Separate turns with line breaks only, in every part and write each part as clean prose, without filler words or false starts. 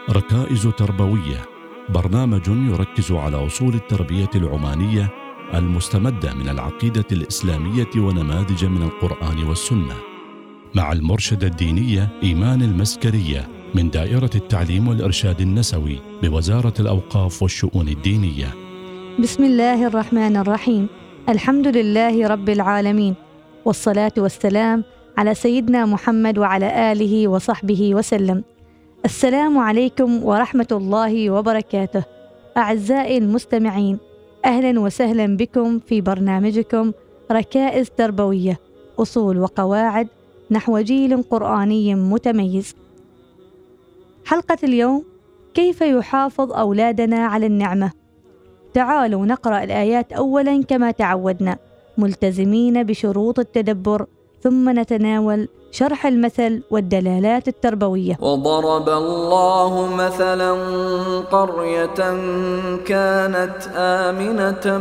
ركائز تربوية، برنامج يركز على أصول التربية العمانية المستمدة من العقيدة الإسلامية ونماذج من القرآن والسنة، مع المرشدة الدينية إيمان المسكرية من دائرة التعليم والإرشاد النسوي بوزارة الأوقاف والشؤون الدينية.
بسم الله الرحمن الرحيم. الحمد لله رب العالمين، والصلاة والسلام على سيدنا محمد وعلى آله وصحبه وسلم. السلام عليكم ورحمة الله وبركاته. أعزائي المستمعين، أهلا وسهلا بكم في برنامجكم ركائز تربوية، أصول وقواعد نحو جيل قرآني متميز. حلقة اليوم: كيف يحافظ أولادنا على النعمة؟ تعالوا نقرأ الآيات أولا كما تعودنا، ملتزمين بشروط التدبر، ثم نتناول شرح المثل والدلالات التربوية.
وضرب الله مثلا قرية كانت آمنة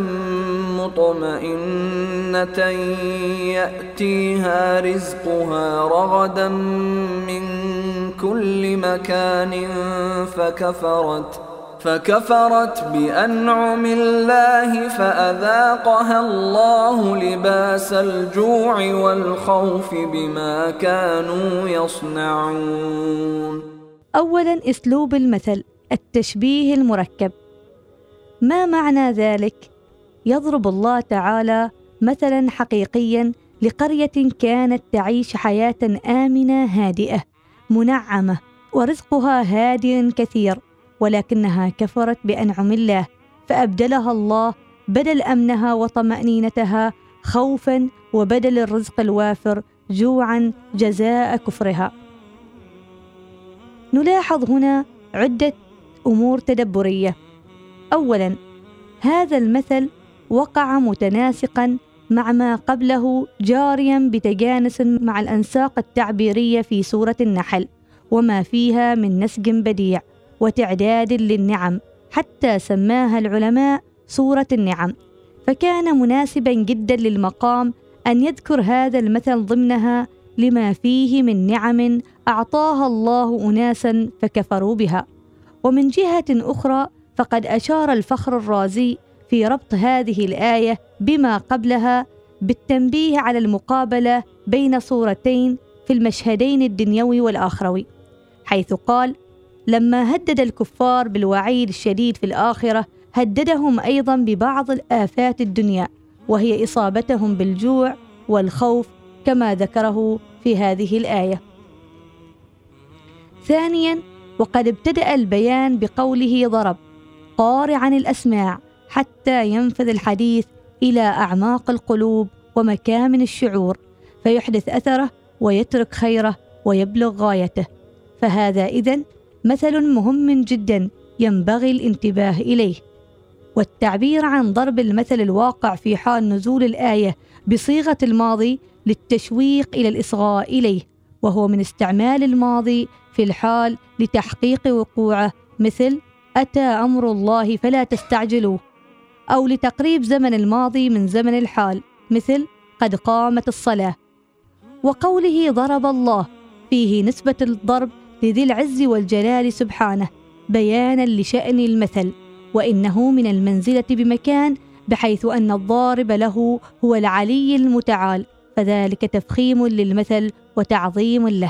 مطمئنة يأتيها رزقها رغدا من كل مكان فكفرت بأنعم الله فأذاقها الله لباس الجوع والخوف بما كانوا يصنعون.
أولا، أسلوب المثل، التشبيه المركب. ما معنى ذلك؟ يضرب الله تعالى مثلا حقيقيا لقرية كانت تعيش حياة آمنة هادئة منعمة، ورزقها هادئ كثير، ولكنها كفرت بأنعم الله، فأبدلها الله بدل أمنها وطمأنينتها خوفا، وبدل الرزق الوافر جوعا جزاء كفرها. نلاحظ هنا عدة أمور تدبرية. أولا، هذا المثل وقع متناسقا مع ما قبله، جاريا بتجانس مع الأنساق التعبيرية في سورة النحل وما فيها من نسج بديع وتعداد للنعم، حتى سماها العلماء سورة النعم، فكان مناسبا جدا للمقام أن يذكر هذا المثل ضمنها لما فيه من نعم أعطاها الله أناسا فكفروا بها. ومن جهة أخرى، فقد أشار الفخر الرازي في ربط هذه الآية بما قبلها بالتنبيه على المقابلة بين صورتين في المشهدين الدنيوي والآخروي، حيث قال: لما هدد الكفار بالوعيد الشديد في الآخرة، هددهم أيضا ببعض الآفات الدنيا، وهي إصابتهم بالجوع والخوف كما ذكره في هذه الآية. ثانيا، وقد ابتدأ البيان بقوله ضرب، قارعا الأسماع حتى ينفذ الحديث إلى أعماق القلوب ومكامن الشعور، فيحدث أثره ويترك خيره ويبلغ غايته. فهذا إذن مثل مهم جدا ينبغي الانتباه إليه. والتعبير عن ضرب المثل الواقع في حال نزول الآية بصيغة الماضي للتشويق إلى الإصغاء إليه، وهو من استعمال الماضي في الحال لتحقيق وقوعه، مثل أتى أمر الله فلا تستعجلوه، أو لتقريب زمن الماضي من زمن الحال، مثل قد قامت الصلاة. وقوله ضرب الله فيه نسبة الضرب لذي العز والجلال سبحانه، بيانا لشأن المثل، وإنه من المنزلة بمكان، بحيث أن الضارب له هو العلي المتعال، فذلك تفخيم للمثل وتعظيم له.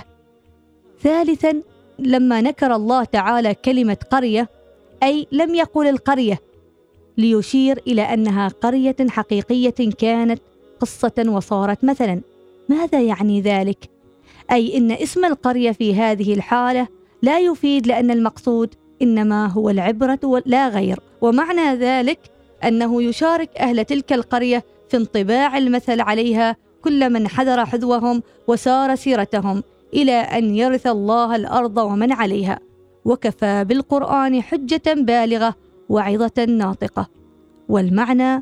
ثالثا، لما نكر الله تعالى كلمة قرية، أي لم يقل القرية، ليشير إلى أنها قرية حقيقية كانت قصة وصارت مثلا. ماذا يعني ذلك؟ أي إن اسم القرية في هذه الحالة لا يفيد، لأن المقصود إنما هو العبرة لا غير. ومعنى ذلك أنه يشارك أهل تلك القرية في انطباع المثل عليها كل من حذر حذوهم وسار سيرتهم، إلى أن يرث الله الأرض ومن عليها. وكفى بالقرآن حجة بالغة وعظة ناطقة. والمعنى: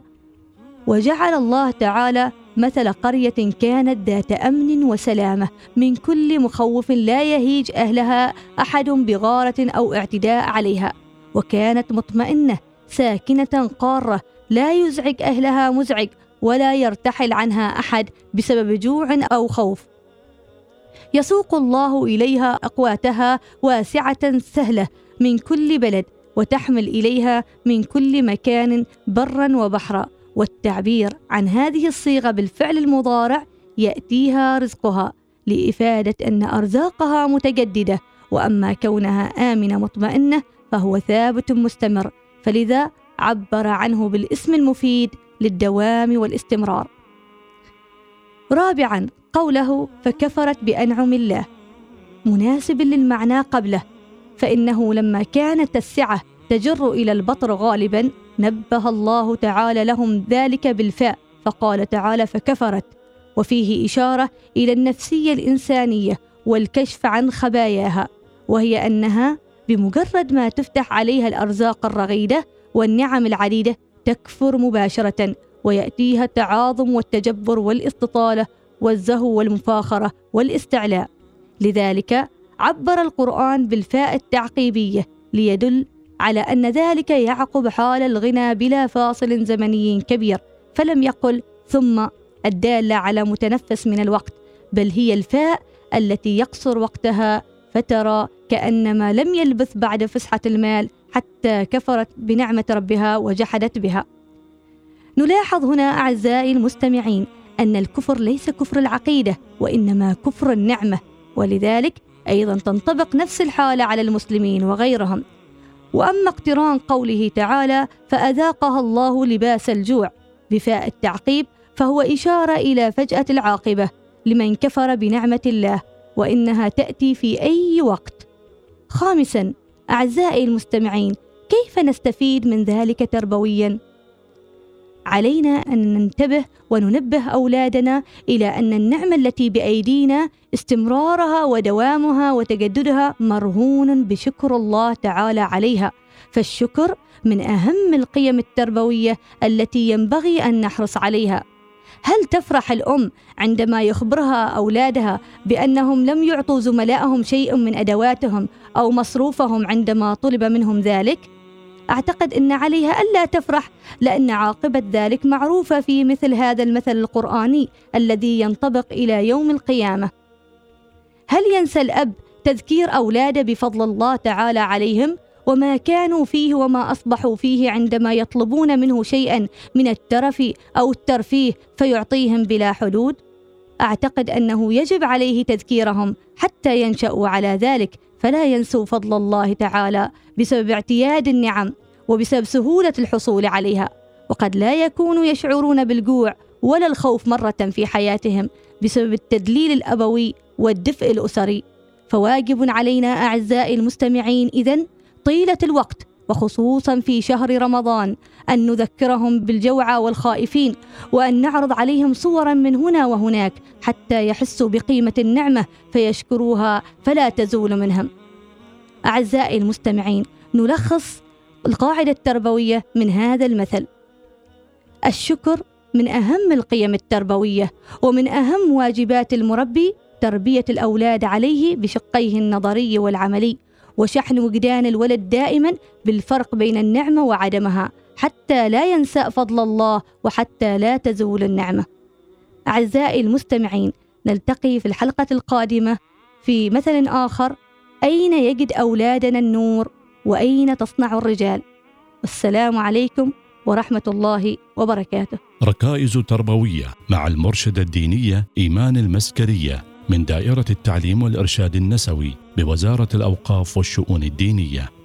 وجعل الله تعالى مثل قرية كانت ذات أمن وسلامة من كل مخوف، لا يهيج أهلها أحد بغارة أو اعتداء عليها، وكانت مطمئنة ساكنة قارة، لا يزعج أهلها مزعج، ولا يرتحل عنها أحد بسبب جوع أو خوف. يسوق الله إليها أقواتها واسعة سهلة من كل بلد وتحمل إليها من كل مكان برا وبحرا. والتعبير عن هذه الصيغة بالفعل المضارع يأتيها رزقها لإفادة أن أرزاقها متجددة، وأما كونها آمنة مطمئنة فهو ثابت مستمر، فلذا عبر عنه بالاسم المفيد للدوام والاستمرار. رابعا قوله فكفرت بأنعم الله، مناسب للمعنى قبله، فإنه لما كانت السعة تجر إلى البطر غالبا نبه الله تعالى لهم ذلك بالفاء، فقال تعالى فكفرت، وفيه إشارة إلى النفسية الإنسانية والكشف عن خباياها، وهي أنها بمجرد ما تفتح عليها الأرزاق الرغيدة والنعم العديدة تكفر مباشرة، ويأتيها التعاظم والتجبر والاستطالة والزهو والمفاخرة والاستعلاء. لذلك عبر القرآن بالفاء التعقيبية ليدل على أن ذلك يعقب حال الغنى بلا فاصل زمني كبير، فلم يقل ثم الدالة على متنفس من الوقت، بل هي الفاء التي يقصر وقتها، فترى كأنما لم يلبث بعد فسحة المال حتى كفرت بنعمة ربها وجحدت بها. نلاحظ هنا أعزائي المستمعين أن الكفر ليس كفر العقيدة، وإنما كفر النعمة، ولذلك أيضا تنطبق نفس الحالة على المسلمين وغيرهم. وأما اقتران قوله تعالى فأذاقها الله لباس الجوع بفاء التعقيب فهو إشارة إلى فجأة العاقبة لمن كفر بنعمة الله، وإنها تأتي في أي وقت. خامسا أعزائي المستمعين، كيف نستفيد من ذلك تربويا؟ علينا أن ننتبه وننبه أولادنا إلى أن النعمة التي بأيدينا استمرارها ودوامها وتجددها مرهون بشكر الله تعالى عليها، فالشكر من أهم القيم التربوية التي ينبغي أن نحرص عليها. هل تفرح الأم عندما يخبرها أولادها بأنهم لم يعطوا زملائهم شيء من أدواتهم أو مصروفهم عندما طلب منهم ذلك؟ أعتقد أن عليها ألا تفرح، لأن عاقبة ذلك معروفة في مثل هذا المثل القرآني الذي ينطبق إلى يوم القيامة. هل ينسى الأب تذكير أولاده بفضل الله تعالى عليهم وما كانوا فيه وما أصبحوا فيه عندما يطلبون منه شيئا من الترف أو الترفيه فيعطيهم بلا حدود؟ أعتقد أنه يجب عليه تذكيرهم حتى ينشأوا على ذلك، فلا ينسوا فضل الله تعالى بسبب اعتياد النعم وبسبب سهولة الحصول عليها، وقد لا يكونوا يشعرون بالجوع ولا الخوف مرة في حياتهم بسبب التدليل الأبوي والدفء الأسري. فواجب علينا أعزائي المستمعين إذن طيلة الوقت وخصوصا في شهر رمضان أن نذكرهم بالجوعى والخائفين، وأن نعرض عليهم صورا من هنا وهناك حتى يحسوا بقيمة النعمة فيشكروها فلا تزول منهم. أعزائي المستمعين، نلخص القاعدة التربوية من هذا المثل. الشكر من أهم القيم التربوية، ومن أهم واجبات المربي تربية الأولاد عليه بشقيه النظري والعملي، وشحن وجدان الولد دائما بالفرق بين النعمة وعدمها حتى لا ينسى فضل الله وحتى لا تزول النعمة. أعزائي المستمعين، نلتقي في الحلقة القادمة في مثل آخر، أين يجد أولادنا النور وأين تصنع الرجال؟ والسلام عليكم ورحمة الله وبركاته.
ركائز تربوية مع المرشدة الدينية إيمان المسكرية من دائرة التعليم والإرشاد النسوي بوزارة الأوقاف والشؤون الدينية.